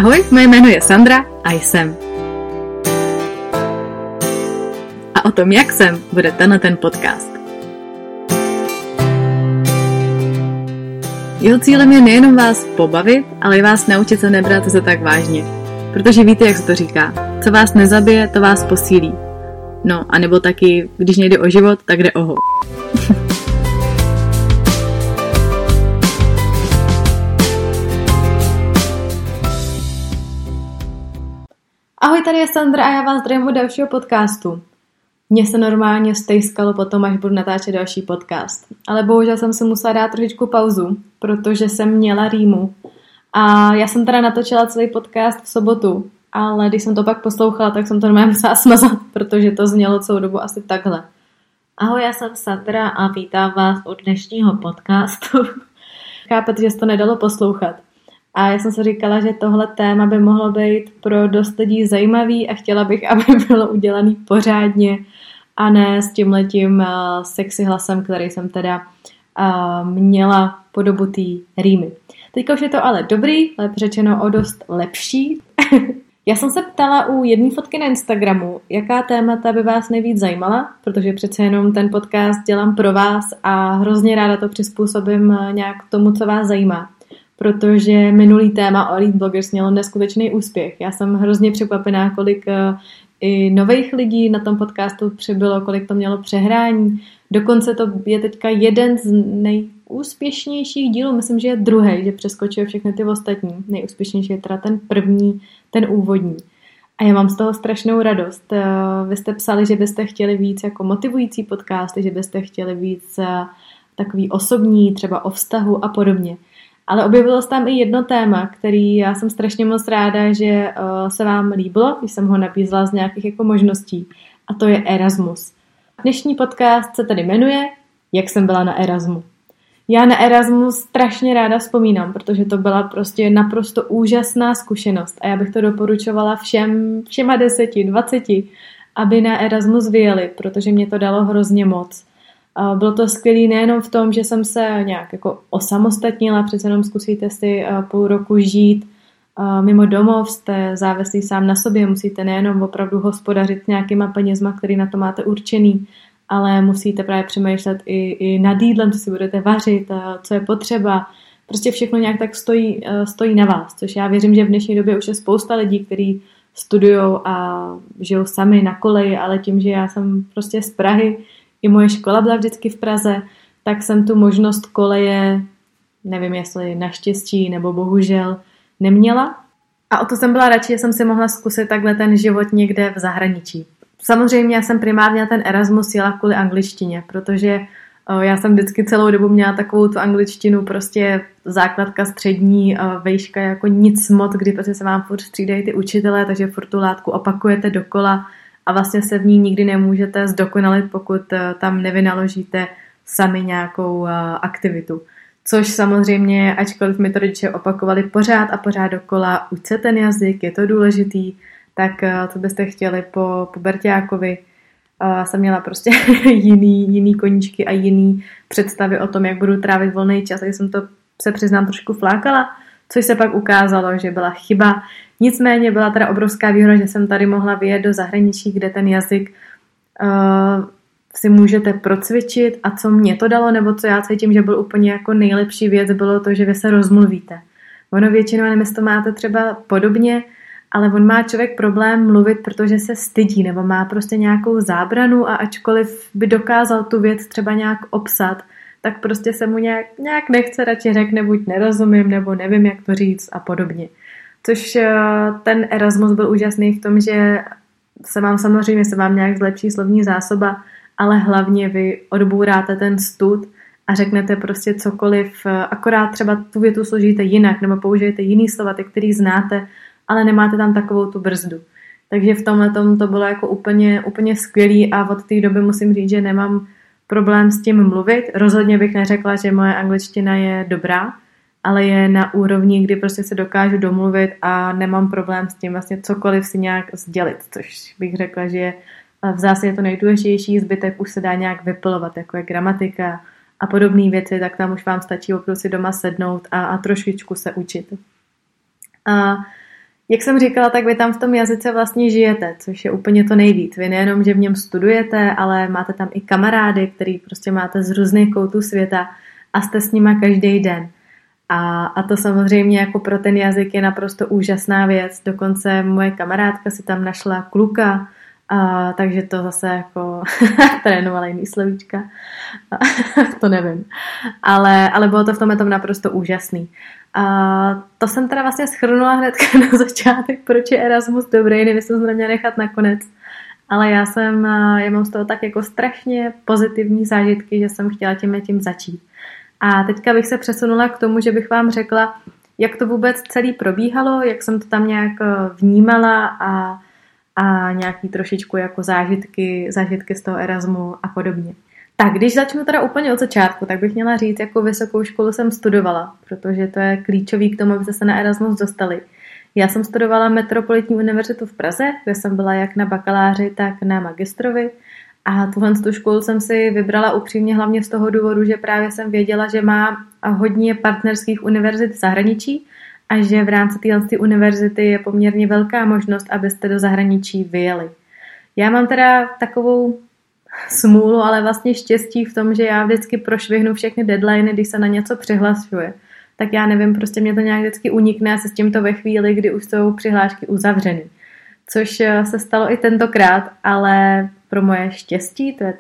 Ahoj, moje jméno je Sandra a jsem. A o tom, jak jsem, bude ten podcast. Jeho cílem je nejenom vás pobavit, ale i vás naučit se nebrat se tak vážně. Protože víte, jak se to říká. Co vás nezabije, to vás posílí. No, anebo taky, když nejde o život, tak jde o ho. Ahoj, tady je Sandra a já vás zdravím od dalšího podcastu. Mně se normálně stejskalo potom, až budu natáčet další podcast. Ale bohužel jsem si musela dát trošičku pauzu, protože jsem měla rýmu. A já jsem teda natočila celý podcast v sobotu, ale když jsem to pak poslouchala, tak jsem to normálně musela smazat, protože to znělo celou dobu asi takhle. Ahoj, já jsem Sandra a vítám vás u dnešního podcastu. Chápete, že se to nedalo poslouchat. A já jsem si říkala, že tohle téma by mohlo být pro dost lidí zajímavý a chtěla bych, aby bylo udělaný pořádně a ne s tímhletím sexy hlasem, který jsem teda měla po dobu té rýmy. Teďka už je to ale dobrý, lépe řečeno o dost lepší. Já jsem se ptala u jedné fotky na Instagramu, jaká témata by vás nejvíc zajímala, protože přece jenom ten podcast dělám pro vás a hrozně ráda to přizpůsobím nějak tomu, co vás zajímá. Protože minulý téma o Elite Bloggers mělo neskutečný úspěch. Já jsem hrozně překvapená, kolik i nových lidí na tom podcastu přibylo, kolik to mělo přehrání. Dokonce to je teďka jeden z nejúspěšnějších dílů, myslím, že je druhý, že přeskočil všechny ty ostatní. Nejúspěšnější je teda ten první, ten úvodní. A já mám z toho strašnou radost. Vy jste psali, že byste chtěli víc jako motivující podcasty, že byste chtěli víc takový osobní, třeba o vztahu a podobně. Ale objevilo se tam i jedno téma, který já jsem strašně moc ráda, že se vám líbilo, když jsem ho nabízela z nějakých jako možností. A to je Erasmus. Dnešní podcast se tedy jmenuje Jak jsem byla na Erasmu. Já na Erasmus strašně ráda vzpomínám, protože to byla prostě naprosto úžasná zkušenost. A já bych to doporučovala všema 10, 20, aby na Erasmus vyjeli, protože mě to dalo hrozně moc. Bylo to skvělý nejenom v tom, že jsem se nějak jako osamostatnila, přece jenom zkusíte si půl roku žít mimo domov, jste závislí sám na sobě, musíte nejenom opravdu hospodařit nějakýma penězma, který na to máte určený, ale musíte právě přemýšlet i nad jídlem, co si budete vařit, co je potřeba. Prostě všechno nějak tak stojí na vás, což já věřím, že v dnešní době už je spousta lidí, kteří studujou a žijou sami na koleji, ale tím, že já jsem prostě z Prahy, i moje škola byla vždycky v Praze, tak jsem tu možnost koleje, nevím jestli naštěstí nebo bohužel, neměla. A o to jsem byla radši, že jsem si mohla zkusit takhle ten život někde v zahraničí. Samozřejmě já jsem primárně na ten Erasmus jela kvůli angličtině, protože já jsem vždycky celou dobu měla takovou tu angličtinu, prostě základka střední, vejška jako nic moc, kdy prostě se vám furt střídají ty učitelé, takže furt tu látku opakujete dokola a vlastně se v ní nikdy nemůžete zdokonalit, pokud tam nevynaložíte sami nějakou aktivitu. Což samozřejmě, ačkoliv mi to rodiče opakovali pořád a pořád dokola, uč se ten jazyk, je to důležitý, tak to byste chtěli po puberťákovi. Jsem měla prostě jiný koníčky a jiný představy o tom, jak budu trávit volný čas, takže jsem to, se přiznám, trošku flákala, což se pak ukázalo, že byla chyba. Nicméně byla teda obrovská výhoda, že jsem tady mohla vyjet do zahraničí, kde ten jazyk si můžete procvičit a co mě to dalo, nebo co já cítím, že byl úplně jako nejlepší věc, bylo to, že vy se rozmluvíte. Ono většinou, nevím, jestli to máte třeba podobně, ale on má člověk problém mluvit, protože se stydí, nebo má prostě nějakou zábranu a ačkoliv by dokázal tu věc třeba nějak obsat, tak prostě se mu nějak nechce, radši řekne, buď nerozumím, nebo nevím, jak to říct a podobně. Což ten Erasmus byl úžasný v tom, že se vám nějak zlepší slovní zásoba, ale hlavně vy odbouráte ten stud a řeknete prostě cokoliv, akorát třeba tu větu složíte jinak nebo použijete jiný slova, ty, který znáte, ale nemáte tam takovou tu brzdu. Takže v tomhletom to bylo jako úplně skvělý a od té doby musím říct, že nemám problém s tím mluvit. Rozhodně bych neřekla, že moje angličtina je dobrá, ale je na úrovni, kdy prostě se dokážu domluvit a nemám problém s tím vlastně cokoliv si nějak sdělit, což bych řekla, že je v zásadě to nejdůležitější, zbytek už se dá nějak vypilovat, jako je gramatika a podobné věci, tak tam už vám stačí opravdu si doma sednout a trošičku se učit. A Jak jsem říkala, tak vy tam v tom jazyce vlastně žijete, což je úplně to nejvíc. Vy nejenom, že v něm studujete, ale máte tam i kamarády, který prostě máte z různých koutů světa a jste s nima každý den. A to samozřejmě jako pro ten jazyk je naprosto úžasná věc. Dokonce moje kamarádka si tam našla kluka, takže to zase jako trénovala jiný slovíčka. To nevím. Ale bylo to v tom naprosto úžasný. To jsem teda vlastně shrnula hnedka na začátek, proč je Erasmus dobrý, nevím, jestli jsem to měla nechat nakonec. Ale já mám z toho tak jako strašně pozitivní zážitky, že jsem chtěla tím začít. A teďka bych se přesunula k tomu, že bych vám řekla, jak to vůbec celý probíhalo, jak jsem to tam nějak vnímala a nějaký trošičku jako zážitky z toho Erasmu a podobně. Tak, když začnu teda úplně od začátku, tak bych měla říct, jakou vysokou školu jsem studovala, protože to je klíčový k tomu, abyste se na Erasmus dostali. Já jsem studovala Metropolitní univerzitu v Praze, kde jsem byla jak na bakaláři, tak na magistrovi. A tu školu jsem si vybrala upřímně hlavně z toho důvodu, že právě jsem věděla, že má hodně partnerských univerzit v zahraničí a že v rámci téhle univerzity je poměrně velká možnost, abyste do zahraničí vyjeli. Já mám teda takovou smůlu, ale vlastně štěstí v tom, že já vždycky prošvihnu všechny deadliny, když se na něco přihlašuje. Tak já nevím, prostě mě to nějak vždycky unikne a se s tímto ve chvíli, kdy už jsou přihlášky uzavřeny. Což se stalo i tentokrát, ale pro moje štěstí, to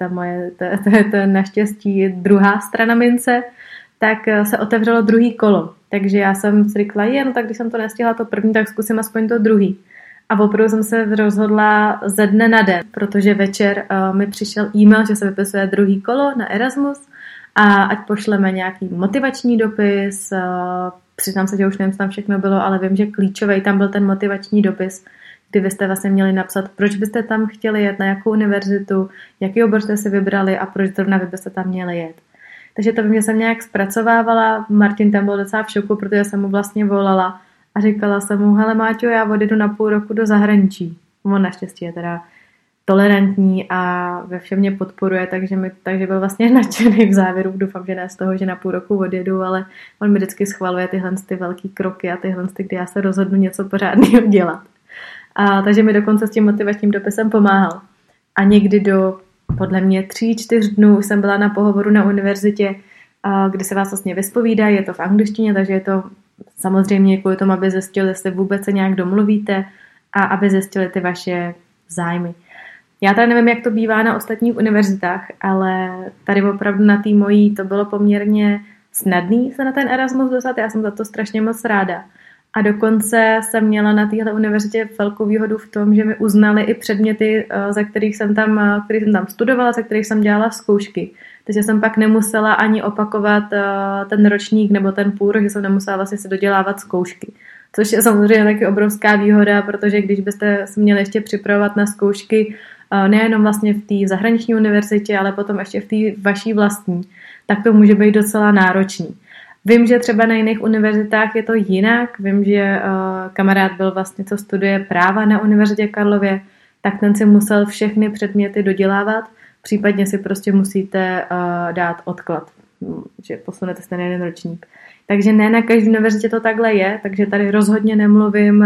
je naštěstí druhá strana mince, tak se otevřelo druhý kolo. Takže já jsem si řekla, no tak když jsem to nestihla to první, tak zkusím aspoň to druhý. A opravdu jsem se rozhodla ze dne na den, protože večer mi přišel e-mail, že se vypisuje druhý kolo na Erasmus a ať pošleme nějaký motivační dopis, přiznám se, že už nevím, co tam všechno bylo, ale vím, že klíčový tam byl ten motivační dopis, kdy byste vlastně měli napsat, proč byste tam chtěli jet, na jakou univerzitu, jaký obor jste si vybrali a proč zrovna vy byste tam měli jet. Takže to mě jsem nějak zpracovávala, Martin tam byl docela v šoku, protože jsem mu vlastně volala a říkala jsem mu, hele Máťo, já odjedu na půl roku do zahraničí. On naštěstí je teda tolerantní a ve všem mě podporuje, takže byl vlastně nadšený v závěru. Doufám, že ne z toho, že na půl roku odjedu, ale on mi vždycky schvaluje tyhle velký kroky a tyhle, kdy já se rozhodnu něco pořádného dělat. Takže mi dokonce s tím motivačním dopisem pomáhal. A někdy do, podle mě, 3-4 dnů jsem byla na pohovoru na univerzitě, kdy se vás vlastně vyspovídají, je to v angličtině, takže je to samozřejmě kvůli tomu, aby zjistili, jestli vůbec se nějak domluvíte a aby zjistili ty vaše zájmy. Já tady nevím, jak to bývá na ostatních univerzitách, ale tady opravdu na té mojí to bylo poměrně snadný se na ten Erasmus dostat, já jsem za to strašně moc ráda. A dokonce jsem měla na téhle univerzitě velkou výhodu v tom, že mi uznali i předměty, za kterých jsem tam studovala, za kterých jsem dělala zkoušky. Takže jsem pak nemusela ani opakovat ten ročník nebo ten půlrok, že jsem nemusela vlastně si dodělávat zkoušky. Což je samozřejmě taky obrovská výhoda, protože když byste se měli ještě připravovat na zkoušky nejenom vlastně v té zahraniční univerzitě, ale potom ještě v té vaší vlastní, tak to může být docela náročný. Vím, že třeba na jiných univerzitách je to jinak. Vím, že kamarád byl vlastně, co studuje práva na Univerzitě Karlově, tak ten si musel všechny předměty dodělávat. Případně si prostě musíte dát odklad, že posunete se na jeden ročník. Takže ne na každé univerzitě to takhle je, takže tady rozhodně nemluvím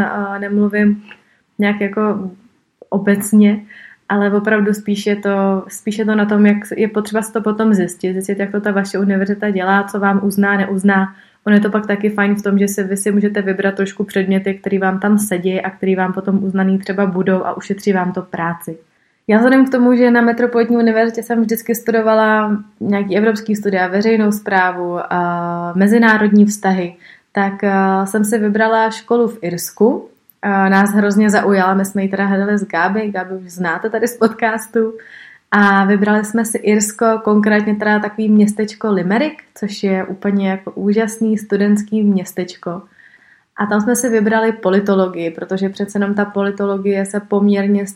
nějak jako obecně, ale opravdu spíš je to na tom, jak je potřeba si to potom zjistit, jak to ta vaše univerzita dělá, co vám uzná, neuzná. Ono je to pak taky fajn v tom, že vy si můžete vybrat trošku předměty, které vám tam sedí a které vám potom uznaný třeba budou a ušetří vám to práci. Já vzhledem k tomu, že na Metropolitní univerzitě jsem vždycky studovala nějaký evropský studia, veřejnou správu, mezinárodní vztahy, tak jsem si vybrala školu v Irsku. Nás hrozně zaujala, my jsme ji teda hledali s Gáby už znáte tady z podcastu a vybrali jsme si Irsko, konkrétně teda takový městečko Limerick, což je úplně jako úžasný studentský městečko. A tam jsme si vybrali politologii, protože přece jenom ta politologie se poměrně s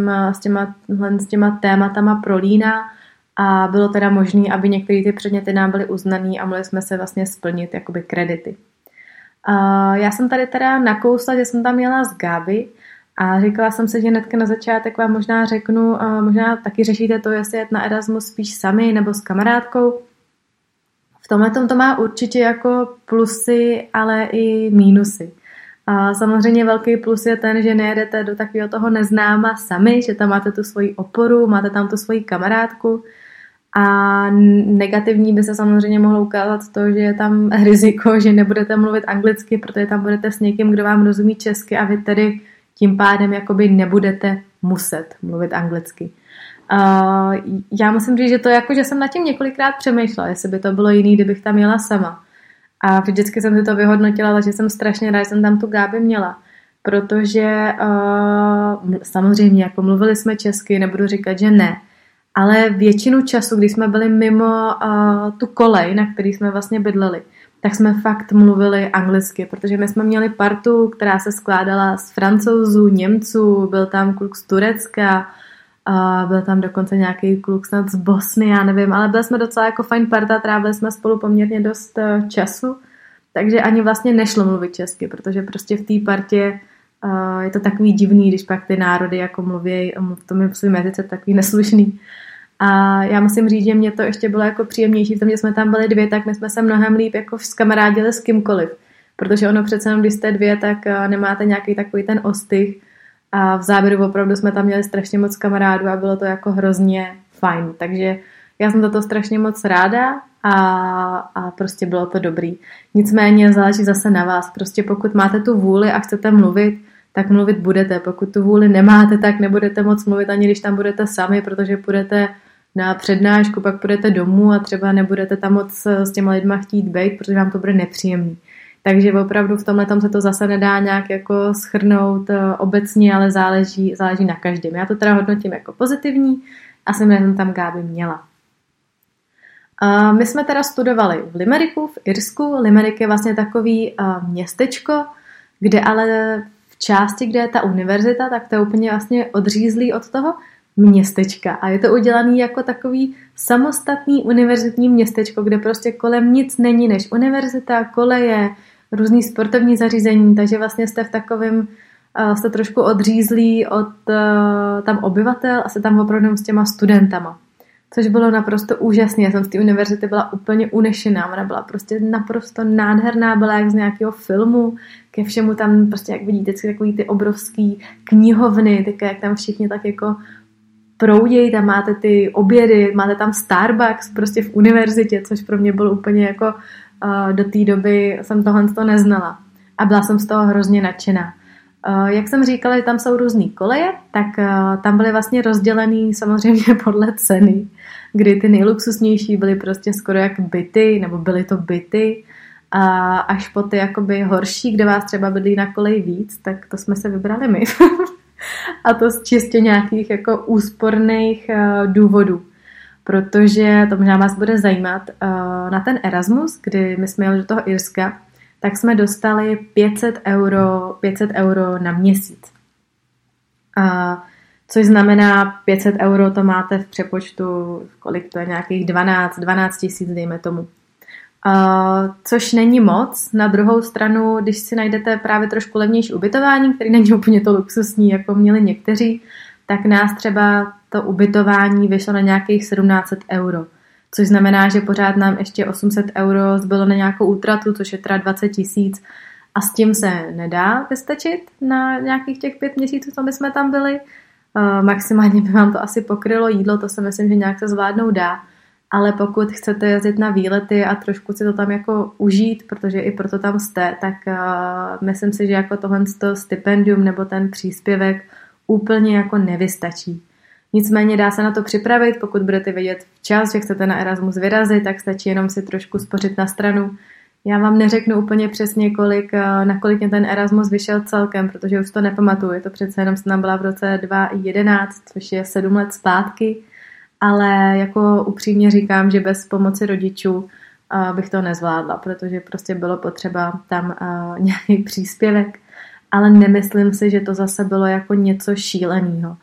těma tématama prolíná a bylo teda možné, aby některé ty předměty nám byly uznaný a mohli jsme se vlastně splnit jakoby kredity. Já jsem tady teda nakousla, že jsem tam jela s Gáby a říkala jsem si, že hnedka na začátek vám možná řeknu, možná taky řešíte to, jestli jet na Erasmus spíš sami nebo s kamarádkou. V tomhletom to má určitě jako plusy, ale i mínusy. A samozřejmě velký plus je ten, že nejedete do takového toho neznáma sami, že tam máte tu svoji oporu, máte tam tu svoji kamarádku. A negativní by se samozřejmě mohlo ukázat to, že je tam riziko, že nebudete mluvit anglicky, protože tam budete s někým, kdo vám rozumí česky a vy tedy tím pádem jakoby nebudete muset mluvit anglicky. Já musím říct, že to jako, že jsem nad tím několikrát přemýšlela, jestli by to bylo jiný, kdybych tam jela sama. A vždycky jsem si to vyhodnotila, takže jsem strašně ráda, že jsem tam tu Gábi měla. Protože samozřejmě jako mluvili jsme česky, nebudu říkat, že ne. Ale většinu času, když jsme byli mimo tu kolej, na který jsme vlastně bydleli, tak jsme fakt mluvili anglicky, protože my jsme měli partu, která se skládala z Francouzů, Němců, byl tam kluk z Turecka, byl tam dokonce nějaký kluk snad z Bosny, já nevím, ale byli jsme docela jako fajn parta, trávili jsme spolu poměrně dost času, takže ani vlastně nešlo mluvit česky, protože prostě v té partě je to takový divný, když pak ty národy jako mluví v tom svým jazyce takový neslušný. A já musím říct, že mě to ještě bylo jako příjemnější, v tom, že jsme tam byli dvě, tak my jsme se mnohem líp jako skamarádili s kýmkoliv. Protože ono přece jenom, když jste dvě, tak nemáte nějaký takový ten ostych. A v závěru opravdu jsme tam měli strašně moc kamarádů a bylo to jako hrozně fajn. Takže já jsem za to strašně moc ráda a prostě bylo to dobrý. Nicméně záleží zase na vás. Prostě pokud máte tu vůli a chcete mluvit, tak mluvit budete. Pokud tu vůli nemáte, tak nebudete moc mluvit, ani když tam budete sami, protože půjdete na přednášku, pak půjdete domů a třeba nebudete tam moc s těma lidma chtít být, protože vám to bude nepříjemný. Takže opravdu v tomhletom se to zase nedá nějak jako shrnout obecně, ale záleží na každém. Já to teda hodnotím jako pozitivní a jsem tam Gábi měla. My jsme teda studovali v Limericku, v Irsku. Limerick je vlastně takový městečko, kde ale v části, kde je ta univerzita, tak to je úplně vlastně odřízlý od toho městečka. A je to udělaný jako takový samostatný univerzitní městečko, kde prostě kolem nic není než univerzita, koleje, různý sportovní zařízení, takže vlastně jste v takovém, jste trošku odřízlí od tam obyvatel a jste tam opravdu s těma studentama. Což bylo naprosto úžasné. Já jsem z té univerzity byla úplně unešená. Ona byla prostě naprosto nádherná, byla jak z nějakého filmu. Ke všemu tam prostě, jak vidíte, takový ty obrovský knihovny, tak jak tam všichni tak jako proudějí, tam máte ty obědy, máte tam Starbucks prostě v univerzitě, což pro mě bylo úplně jako do té doby jsem tohle neznala. A byla jsem z toho hrozně nadšená. Jak jsem říkala, že tam jsou různý koleje, tak tam byly vlastně rozdělený samozřejmě podle ceny, kdy ty nejluxusnější byly prostě skoro jak byty, nebo byly to byty, a až po ty jakoby horší, kde vás třeba bydlí na koleji víc, tak to jsme se vybrali my. A to z čistě nějakých jako úsporných důvodů. Protože to možná vás bude zajímat, na ten Erasmus, kdy my jsme jeli do toho Irska, tak jsme dostali 500 euro na měsíc. Což znamená 500 euro, to máte v přepočtu, kolik to je, nějakých 12 tisíc, dejme tomu. Což není moc. Na druhou stranu, když si najdete právě trošku levnější ubytování, který není úplně to luxusní, jako měli někteří, tak nás třeba to ubytování vyšlo na nějakých 1700 euro. Což znamená, že pořád nám ještě 800 euro zbylo na nějakou útratu, což je teda 20 tisíc. A s tím se nedá vystačit na nějakých těch 5 měsíců, co my jsme tam byli. Maximálně by vám to asi pokrylo jídlo, to si myslím, že nějak se zvládnout dá. Ale pokud chcete jezdit na výlety a trošku si to tam jako užít, protože i proto tam jste, tak myslím si, že jako tohle stipendium nebo ten příspěvek úplně jako nevystačí. Nicméně dá se na to připravit, pokud budete vědět včas, že chcete na Erasmus vyrazit, tak stačí jenom si trošku spořit na stranu. Já vám neřeknu úplně přesně, na kolik mě ten Erasmus vyšel celkem, protože už to nepamatuju. Je to přece jenom jsem byla v roce 2011, což je 7 let zpátky, ale jako upřímně říkám, že bez pomoci rodičů bych to nezvládla, protože prostě bylo potřeba tam nějaký příspěvek, ale nemyslím si, že to zase bylo jako něco šíleného.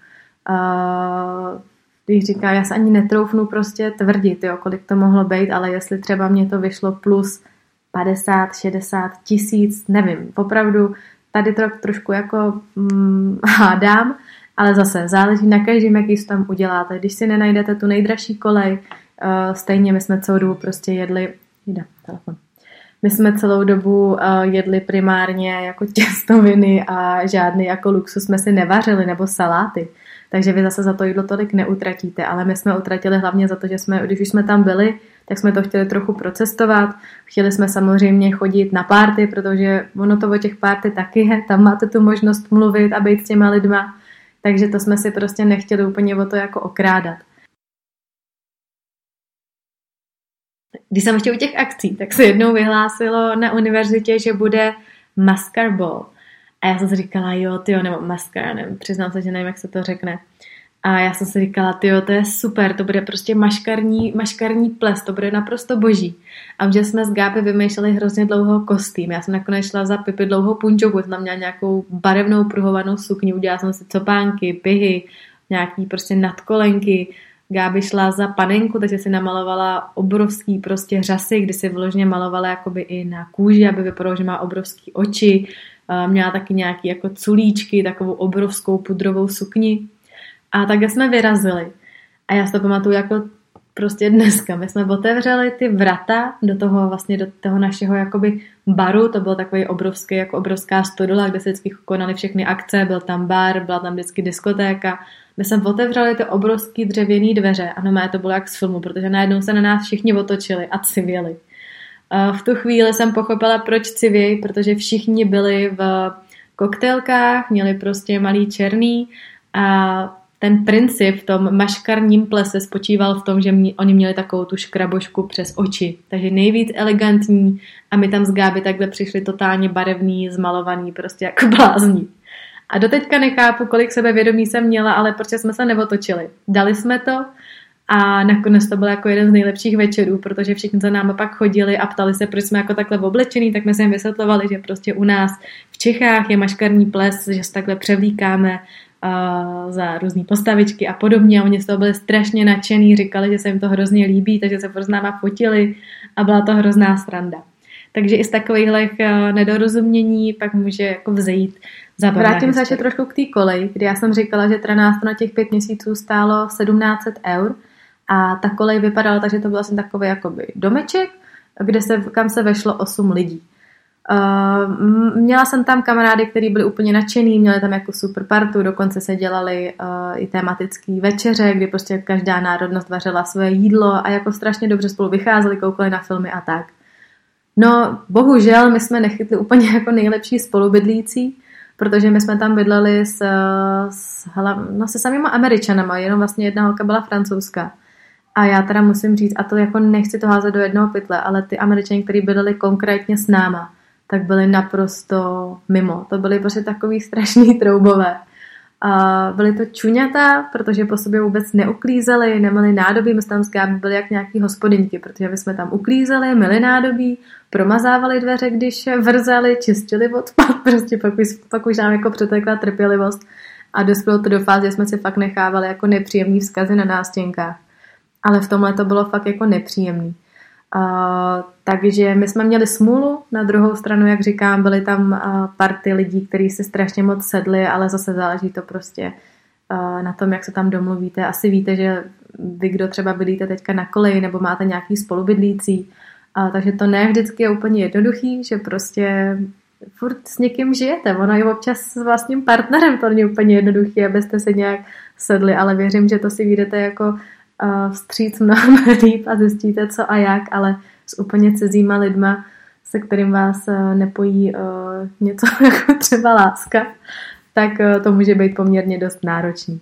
Když říkám, já se ani netroufnu prostě tvrdit, kolik to mohlo být, ale jestli třeba mě to vyšlo plus 50, 60 tisíc, nevím, opravdu tady to trošku jako hádám, ale zase záleží na každém, jaký si tam uděláte. Když si nenajdete tu nejdražší kolej, stejně my jsme celou dobu prostě jedli, My jsme celou dobu jedli primárně jako těstoviny a žádný jako luxus jsme si nevařili nebo saláty. Takže vy zase za to jídlo tolik neutratíte, ale my jsme utratili hlavně za to, že když už jsme tam byli, tak jsme to chtěli trochu procestovat. Chtěli jsme samozřejmě chodit na párty, protože ono to o těch párty taky je, tam máte tu možnost mluvit a být s těma lidma, takže to jsme si prostě nechtěli úplně o to jako okrádat. Když jsem ještě u těch akcí, tak se jednou vyhlásilo na univerzitě, že bude Mascar Ball. A já jsem si říkala, nebo Mascar, nevím, přiznám se, že nevím, jak se to řekne. A já jsem si říkala, to je super, to bude prostě maškarní ples, to bude naprosto boží. A že jsme s Gáby vymýšleli hrozně dlouho kostým. Já jsem nakonec šla za Pipi dlouhou punčoku, tam měla nějakou barevnou pruhovanou sukni, udělala jsem si copánky, pihy, nějaký prostě nadkolenky. Gáby šla za panenku, takže si namalovala obrovský prostě řasy, kdy si vložně malovala jakoby i na kůži, aby vypadalo, že má obrovský oči. Měla taky nějaký jako culíčky, takovou obrovskou pudrovou sukni. A takhle jsme vyrazili. A já si to pamatuju jako prostě dneska. My jsme otevřeli ty vrata do toho našeho jakoby baru. To byl takový obrovský, jako obrovská stodola, kde se vždycky konaly všechny akce. Byl tam bar, byla tam vždycky diskotéka. My jsme otevřeli ty obrovský dřevěný dveře. Ano, to bylo jak z filmu, protože najednou se na nás všichni otočili a civěli. V tu chvíli jsem pochopila, proč civěj, protože všichni byli v koktélkách, měli prostě malý černý a ten princip v tom maškarním plese spočíval v tom, že oni měli takovou tu škrabošku přes oči. Takže nejvíc elegantní a my tam s Gáby takhle přišli totálně barevný, zmalovaný, prostě jako blázní. A doteďka nechápu, kolik sebevědomí jsem měla, ale protože jsme se neotočili. Dali jsme to a nakonec to byl jako jeden z nejlepších večerů, protože všichni za námi pak chodili a ptali se, proč jsme jako takhle oblečený, tak my jsme jim vysvětlovali, že prostě u nás v Čechách je maškarní ples, že se takhle převlíkáme za různý postavičky a podobně. A oni z toho byli strašně nadšený, říkali, že se jim to hrozně líbí, takže se s náma fotili a byla to hrozná sranda. Takže i z takovýchhle nedorozumění pak může jako vzejít. Vrátím se ještě trošku k té koleji, kdy já jsem říkala, že nás to na těch 5 měsíců stálo 1700 eur a ta kolej vypadala tak, že to byl asi takový jakoby domeček, kam se vešlo 8 lidí. Měla jsem tam kamarády, kteří byli úplně nadšený, měli tam jako super partu, dokonce se dělali i tematický večeře, kdy prostě každá národnost vařila své jídlo a jako strašně dobře spolu vycházeli, koukali na filmy a tak. No, bohužel my jsme nechytli úplně jako nejlepší spolubydlící, protože my jsme tam bydleli se samýma Američanama, jenom vlastně jedna holka byla francouzská. A já teda musím říct, a to jako nechci to házet do jednoho pytle, ale ty Američani, kteří bydleli konkrétně s náma, tak byli naprosto mimo. To byly prostě takový strašný troubové. A byly to čuňata, protože po sobě vůbec neuklízeli, neměli nádobí, my tam s Gáby byli jak nějaký hospodyňky, protože my jsme tam uklízeli, měli nádobí, promazávali dveře, když vrzali, čistili odpad, prostě pak už nám jako přetekla trpělivost a dospělo to do fáze, že jsme si fakt nechávali jako nepříjemný vzkazy na nástěnkách. Ale v tomhle to bylo fakt jako nepříjemný. Takže my jsme měli smůlu, na druhou stranu, jak říkám, byly tam party lidí, kteří si strašně moc sedli, ale zase záleží to prostě na tom, jak se tam domluvíte. Asi víte, že vy, kdo třeba bydlíte teďka na koleji nebo máte nějaký spolubydlící, takže to ne vždycky je úplně jednoduchý, že prostě furt s někým žijete. Ono je občas s vlastním partnerem to není úplně jednoduchý, abyste se nějak sedli, ale věřím, že to si vyjdete jako vstříc mnohem líp a zjistíte co a jak, ale s úplně cizíma lidma, se kterým vás nepojí něco jako třeba láska, tak to může být poměrně dost náročný.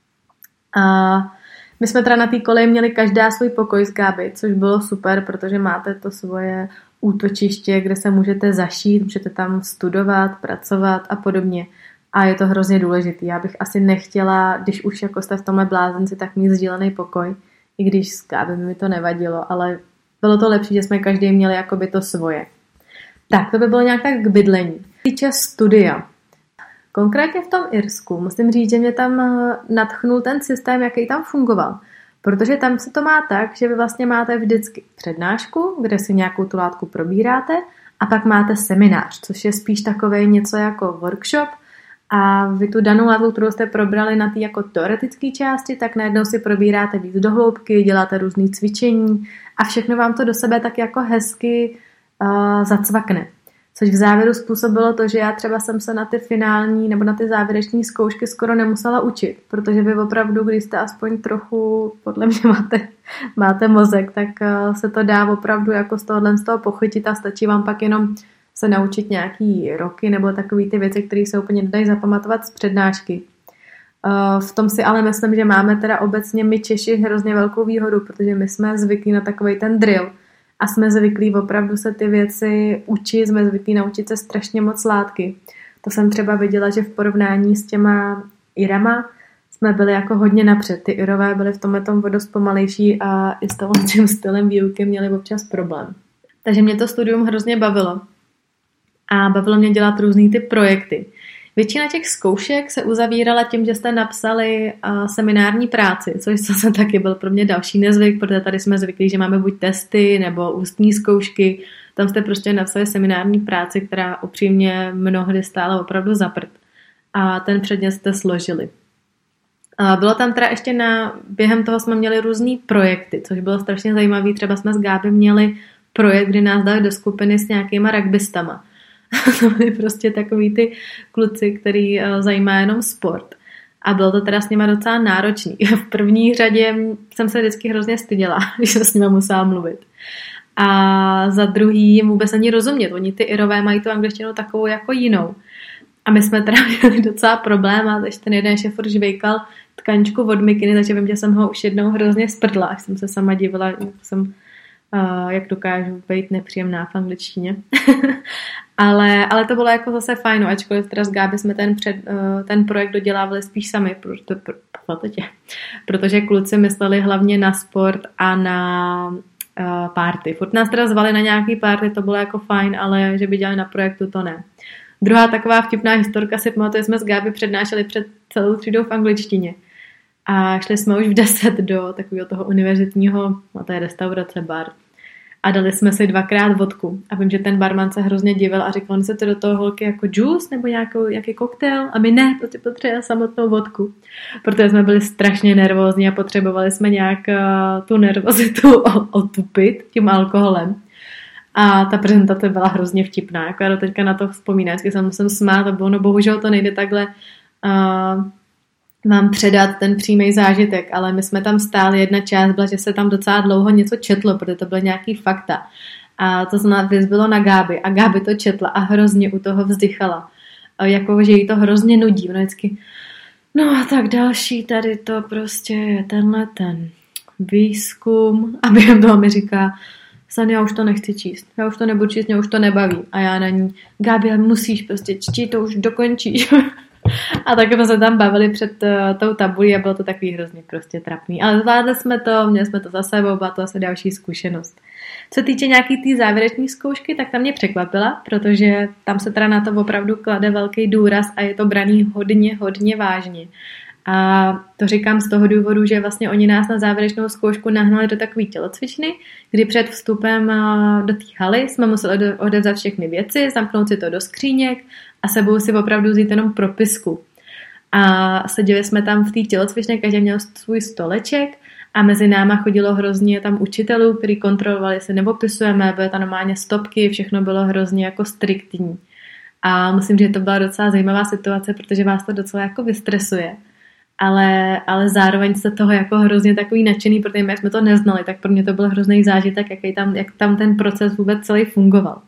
My jsme teda na té koleji měli každá svůj pokoj s Gáby, což bylo super, protože máte to svoje útočiště, kde se můžete zašít, můžete tam studovat, pracovat a podobně. A je to hrozně důležitý. Já bych asi nechtěla, když už jako jste v tomhle blázenci, tak mít sdílený pokoj, i když s Gáby mi to nevadilo, ale bylo to lepší, že jsme každý měli jakoby to svoje. Tak, to by bylo nějak tak k bydlení. Týče studia. Konkrétně v tom Irsku musím říct, že mě tam nadchnul ten systém, jaký tam fungoval. Protože tam se to má tak, že vy vlastně máte vždycky přednášku, kde si nějakou tu látku probíráte a pak máte seminář, což je spíš takové něco jako workshop a vy tu danou látku, kterou jste probrali na té jako teoretické části, tak najednou si probíráte víc do hloubky, děláte různý cvičení a všechno vám to do sebe tak jako hezky zacvakne. Což v závěru způsobilo to, že já třeba jsem se na ty finální nebo na ty závěreční zkoušky skoro nemusela učit, protože vy opravdu, když jste aspoň trochu, podle mě máte mozek, tak se to dá opravdu jako z toho pochytit a stačí vám pak jenom se naučit nějaký roky nebo takový ty věci, které se úplně nedají zapamatovat z přednášky. V tom si ale myslím, že máme teda obecně my Češi hrozně velkou výhodu, protože my jsme zvyklí na takovej ten drill a jsme zvyklí opravdu se ty věci učit, jsme zvyklí naučit se strašně moc látky. To jsem třeba viděla, že v porovnání s těma Irama jsme byli jako hodně napřed. Ty Irové byly v tomhle tom dost pomalejší a i s tím stylem výuky měli občas problém. Takže mě to studium hrozně bavilo. A bavilo mě dělat různý ty projekty. Většina těch zkoušek se uzavírala tím, že jste napsali seminární práci, což zase taky byl pro mě další nezvyk, protože tady jsme zvyklí, že máme buď testy nebo ústní zkoušky. Tam jste prostě napsali seminární práci, která upřímně mnohdy stála opravdu za prd. A ten předmět jste složili. A bylo tam teda ještě během toho jsme měli různý projekty, což bylo strašně zajímavé. Třeba jsme s Gáby měli projekt, kdy nás dali do skupiny s nějakýma rugbystama. To byli prostě takový ty kluci, který zajímá jenom sport. A bylo to teda s nima docela náročný. V první řadě jsem se vždycky hrozně styděla, když jsem s nima musela mluvit. A za druhý jim vůbec ani rozumět. Oni ty Irové mají tu angličtinu takovou jako jinou. A my jsme teda měli docela problém a ještě ten jeden šefur žvejkal tkančku od mikiny, takže vím, že jsem ho už jednou hrozně sprdla, až jsem se sama divila, jak dokážu být nepříjemná v angličtině. ale to bylo jako zase fajn, ačkoliv teda s Gáby jsme ten projekt dodělávali spíš sami, protože kluci mysleli hlavně na sport a na party. Furt nás teda zvali na nějaký party, to bylo jako fajn, ale že by dělali na projektu, to ne. Druhá taková vtipná historka si pamatuju, jsme s Gáby přednášeli před celou třídou v angličtině. A šli jsme už v 10 do takového toho univerzitního, to je restaurace, bar. A dali jsme si 2krát vodku. A vím, že ten barman se hrozně divil a říkal, se to do toho holky jako juice nebo nějaký koktejl. A my ne, prostě potřebujeme samotnou vodku. Protože jsme byli strašně nervózní a potřebovali jsme nějak tu nervozitu otupit tím alkoholem. A ta prezentace byla hrozně vtipná. Jako já do teďka na to vzpomínám, vždycky se musím smát a bylo, no bohužel to nejde takhle mám předat ten přímý zážitek, ale my jsme tam stáli, jedna část byla, že se tam docela dlouho něco četlo, protože to byly nějaký fakta. A to bylo na Gáby a Gáby to četla a hrozně u toho vzdychala. Jako, že jí to hrozně nudí. Ona vždycky, no a tak další tady to prostě je ten výzkum. A během toho mi říká, Sany, já už to nechci číst. Já už to nebudu číst, mě už to nebaví. A já na ní, Gáby, musíš prostě čtít, to už dokončíš. A tak jsme se tam bavili před tou tabulí a bylo to takový hrozně prostě trapný. Ale zvládli jsme to, měli jsme to za sebou, byla to asi další zkušenost. Co týče nějaký té závěreční zkoušky, tak ta mě překvapila, protože tam se teda na to opravdu klade velký důraz a je to braný hodně vážně. A to říkám z toho důvodu, že vlastně oni nás na závěrečnou zkoušku nahnali do takové tělocvičny, kdy před vstupem do té haly jsme museli odevzat všechny věci, zamknout si to do skříněk a sebou si opravdu vzít jenom propisku. A seděli jsme tam v té tělocvičně, každý měl svůj stoleček a mezi náma chodilo hrozně tam učitelů, kteří kontrolovali, jestli nepopisujeme, byly tam normálně stopky, všechno bylo hrozně jako striktní. A musím říct, že to byla docela zajímavá situace, protože vás to docela jako vystresuje. Ale zároveň se toho jako hrozně takový nadšený, protože my jsme to neznali, tak pro mě to byl hrozný zážitek, jak tam ten proces vůbec celý fungoval.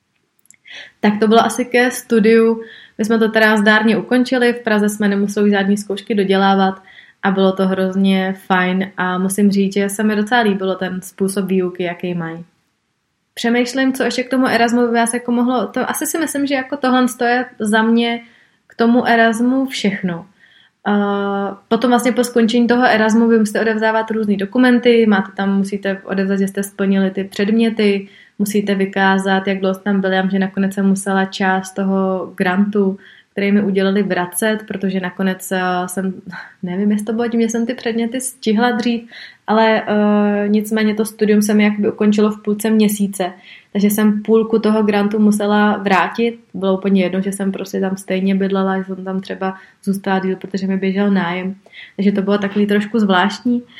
Tak to bylo asi ke studiu. My jsme to teda zdárně ukončili, v Praze jsme nemuseli žádný zkoušky dodělávat a bylo to hrozně fajn a musím říct, že se mi docela líbilo ten způsob výuky, jaký mají. Přemýšlím, co ještě k tomu Erasmu by vás jako mohlo, to asi si myslím, že jako tohle je za mě k tomu Erasmu všechno. Potom vlastně po skončení toho Erasmu vy musíte odevzdávat různý dokumenty, musíte odevzdat, že jste splnili ty předměty, musíte vykázat, jak dlouho jste tam byli, že nakonec jsem musela část toho grantu, který mi udělali, vracet, protože nakonec nevím, jestli to bylo tím, že jsem ty předměty stihla dřív, ale nicméně to studium se mi jakoby ukončilo v půlce měsíce, takže jsem půlku toho grantu musela vrátit. Bylo úplně jedno, že jsem prostě tam stejně bydlela, že jsem tam třeba zůstala díl, protože mi běžel nájem. Takže to bylo takový trošku zvláštní.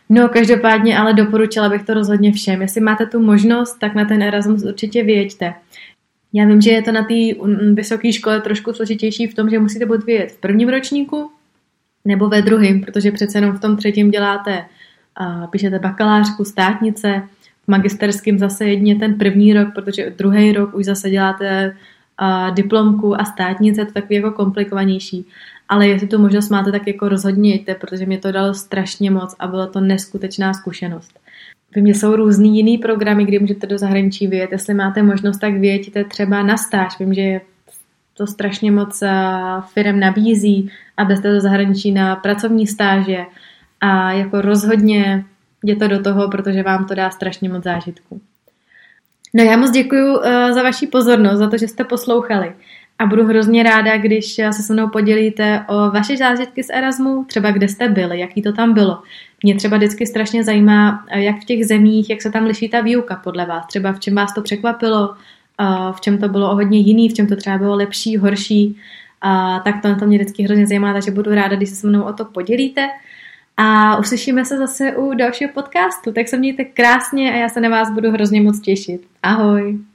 No, každopádně ale doporučila bych to rozhodně všem. Jestli máte tu možnost, tak na ten Erasmus určitě vyjeďte. Já vím, že je to na té vysoké škole trošku složitější v tom, že musíte buď vyjet v prvním ročníku, nebo ve druhém, protože přece jenom v tom třetím děláte, píšete bakalářku, státnice, v magisterském zase jedině ten první rok, protože druhý rok už zase děláte diplomku a státnice, to je takový jako komplikovanější. Ale jestli tu možnost máte, tak jako rozhodně jděte, protože mě to dalo strašně moc a byla to neskutečná zkušenost. Vím, že jsou různý jiný programy, kdy můžete do zahraničí vyjet. Jestli máte možnost, tak vyjeďte třeba na stáž. Vím, že to strašně moc firem nabízí, abyste do zahraničí na pracovní stáže a jako rozhodně jděte do toho, protože vám to dá strašně moc zážitků. No já moc děkuju za vaši pozornost, za to, že jste poslouchali. A budu hrozně ráda, když se mnou podělíte o vaše zážitky z Erasmu, třeba kde jste byli, jaký to tam bylo. Mě třeba vždycky strašně zajímá, jak v těch zemích, jak se tam liší ta výuka podle vás. Třeba v čem vás to překvapilo, v čem to bylo o hodně jiný, v čem to třeba bylo lepší, horší. Tak to mě vždycky hrozně zajímá, takže budu ráda, když se se mnou o to podělíte. A uslyšíme se zase u dalšího podcastu. Tak se mějte krásně a já se na vás budu hrozně moc těšit. Ahoj!